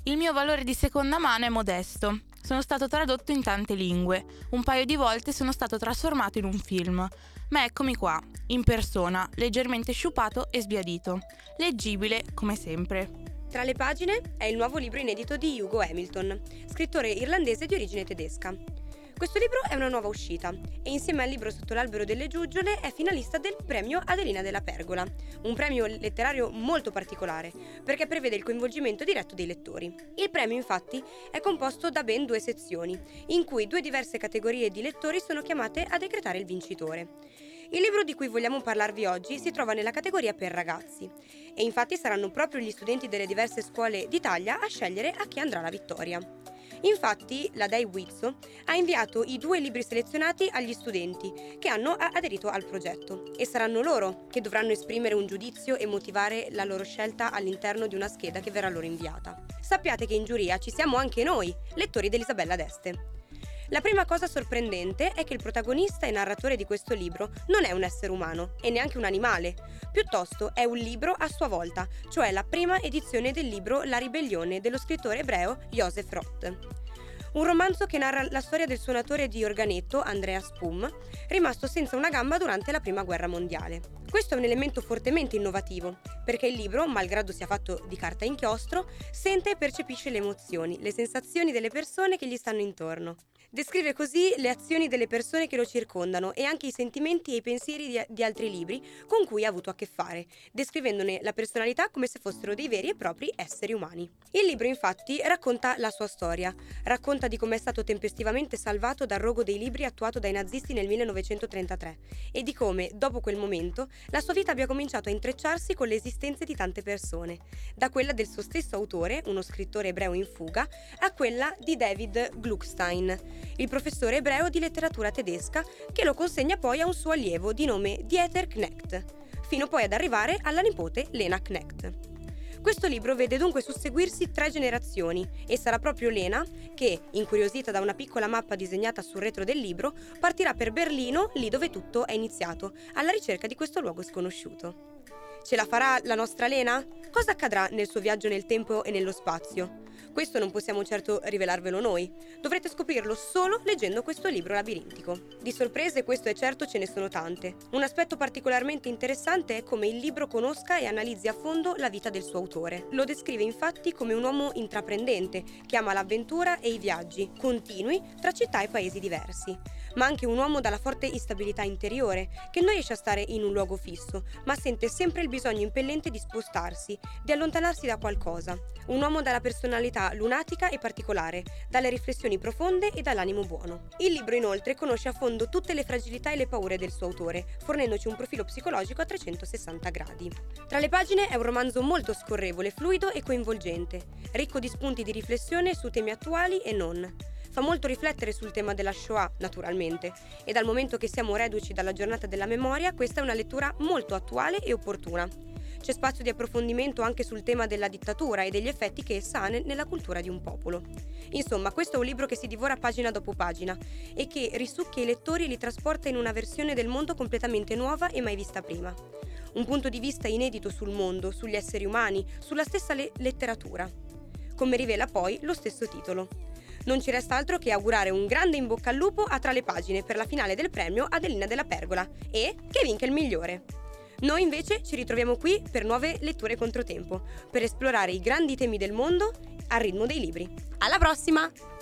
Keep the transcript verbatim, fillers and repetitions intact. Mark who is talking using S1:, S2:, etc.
S1: Il mio valore di seconda mano è modesto. Sono stato tradotto in tante lingue. Un paio di volte sono stato trasformato in un film. Ma eccomi qua, in persona, leggermente sciupato e sbiadito. Leggibile, come sempre.
S2: Tra le pagine è il nuovo libro inedito di Hugo Hamilton, scrittore irlandese di origine tedesca. Questo libro è una nuova uscita e insieme al libro Sotto l'albero delle giuggiole è finalista del premio Adelina della Pergola, un premio letterario molto particolare perché prevede il coinvolgimento diretto dei lettori. Il premio infatti è composto da ben due sezioni, in cui due diverse categorie di lettori sono chiamate a decretare il vincitore. Il libro di cui vogliamo parlarvi oggi si trova nella categoria per ragazzi e infatti saranno proprio gli studenti delle diverse scuole d'Italia a scegliere a chi andrà la vittoria. Infatti, la Dei Wizzo ha inviato i due libri selezionati agli studenti che hanno aderito al progetto e saranno loro che dovranno esprimere un giudizio e motivare la loro scelta all'interno di una scheda che verrà loro inviata. Sappiate che in giuria ci siamo anche noi, lettori di Elisabella d'Este. La prima cosa sorprendente è che il protagonista e narratore di questo libro non è un essere umano e neanche un animale, piuttosto è un libro a sua volta, cioè la prima edizione del libro La ribellione dello scrittore ebreo Joseph Roth. Un romanzo che narra la storia del suonatore di organetto, Andreas Pum, rimasto senza una gamba durante la Prima Guerra Mondiale. Questo è un elemento fortemente innovativo, perché il libro, malgrado sia fatto di carta e inchiostro, sente e percepisce le emozioni, le sensazioni delle persone che gli stanno intorno. Descrive così le azioni delle persone che lo circondano e anche i sentimenti e i pensieri di, di altri libri con cui ha avuto a che fare, descrivendone la personalità come se fossero dei veri e propri esseri umani. Il libro infatti racconta la sua storia, racconta di come è stato tempestivamente salvato dal rogo dei libri attuato dai nazisti nel millenovecentotrentatré e di come, dopo quel momento, la sua vita abbia cominciato a intrecciarsi con le esistenze di tante persone, da quella del suo stesso autore, uno scrittore ebreo in fuga, a quella di David Gluckstein, il professore ebreo di letteratura tedesca, che lo consegna poi a un suo allievo di nome Dieter Knecht, fino poi ad arrivare alla nipote Lena Knecht. Questo libro vede dunque susseguirsi tre generazioni e sarà proprio Lena che, incuriosita da una piccola mappa disegnata sul retro del libro, partirà per Berlino, lì dove tutto è iniziato, alla ricerca di questo luogo sconosciuto. Ce la farà la nostra Lena? Cosa accadrà nel suo viaggio nel tempo e nello spazio? Questo non possiamo certo rivelarvelo noi. Dovrete scoprirlo solo leggendo questo libro labirintico. Di sorprese, questo è certo, ce ne sono tante. Un aspetto particolarmente interessante è come il libro conosca e analizzi a fondo la vita del suo autore. Lo descrive infatti come un uomo intraprendente, che ama l'avventura e i viaggi, continui tra città e paesi diversi. Ma anche un uomo dalla forte instabilità interiore, che non riesce a stare in un luogo fisso, ma sente sempre il bisogno impellente di spostarsi, di allontanarsi da qualcosa. Un uomo dalla personalità lunatica e particolare, dalle riflessioni profonde e dall'animo buono. Il libro inoltre conosce a fondo tutte le fragilità e le paure del suo autore, fornendoci un profilo psicologico a trecentosessanta gradi. Tra le pagine è un romanzo molto scorrevole, fluido e coinvolgente, ricco di spunti di riflessione su temi attuali e non. Fa molto riflettere sul tema della Shoah, naturalmente, e dal momento che siamo reduci dalla giornata della memoria, questa è una lettura molto attuale e opportuna. C'è spazio di approfondimento anche sul tema della dittatura e degli effetti che essa ha nella cultura di un popolo. Insomma, questo è un libro che si divora pagina dopo pagina e che risucchia i lettori e li trasporta in una versione del mondo completamente nuova e mai vista prima. Un punto di vista inedito sul mondo, sugli esseri umani, sulla stessa le- letteratura. Come rivela poi lo stesso titolo. Non ci resta altro che augurare un grande in bocca al lupo a Tra le pagine per la finale del premio Adelina della Pergola e che vinca il migliore. Noi invece ci ritroviamo qui per nuove letture controtempo, per esplorare i grandi temi del mondo al ritmo dei libri. Alla prossima!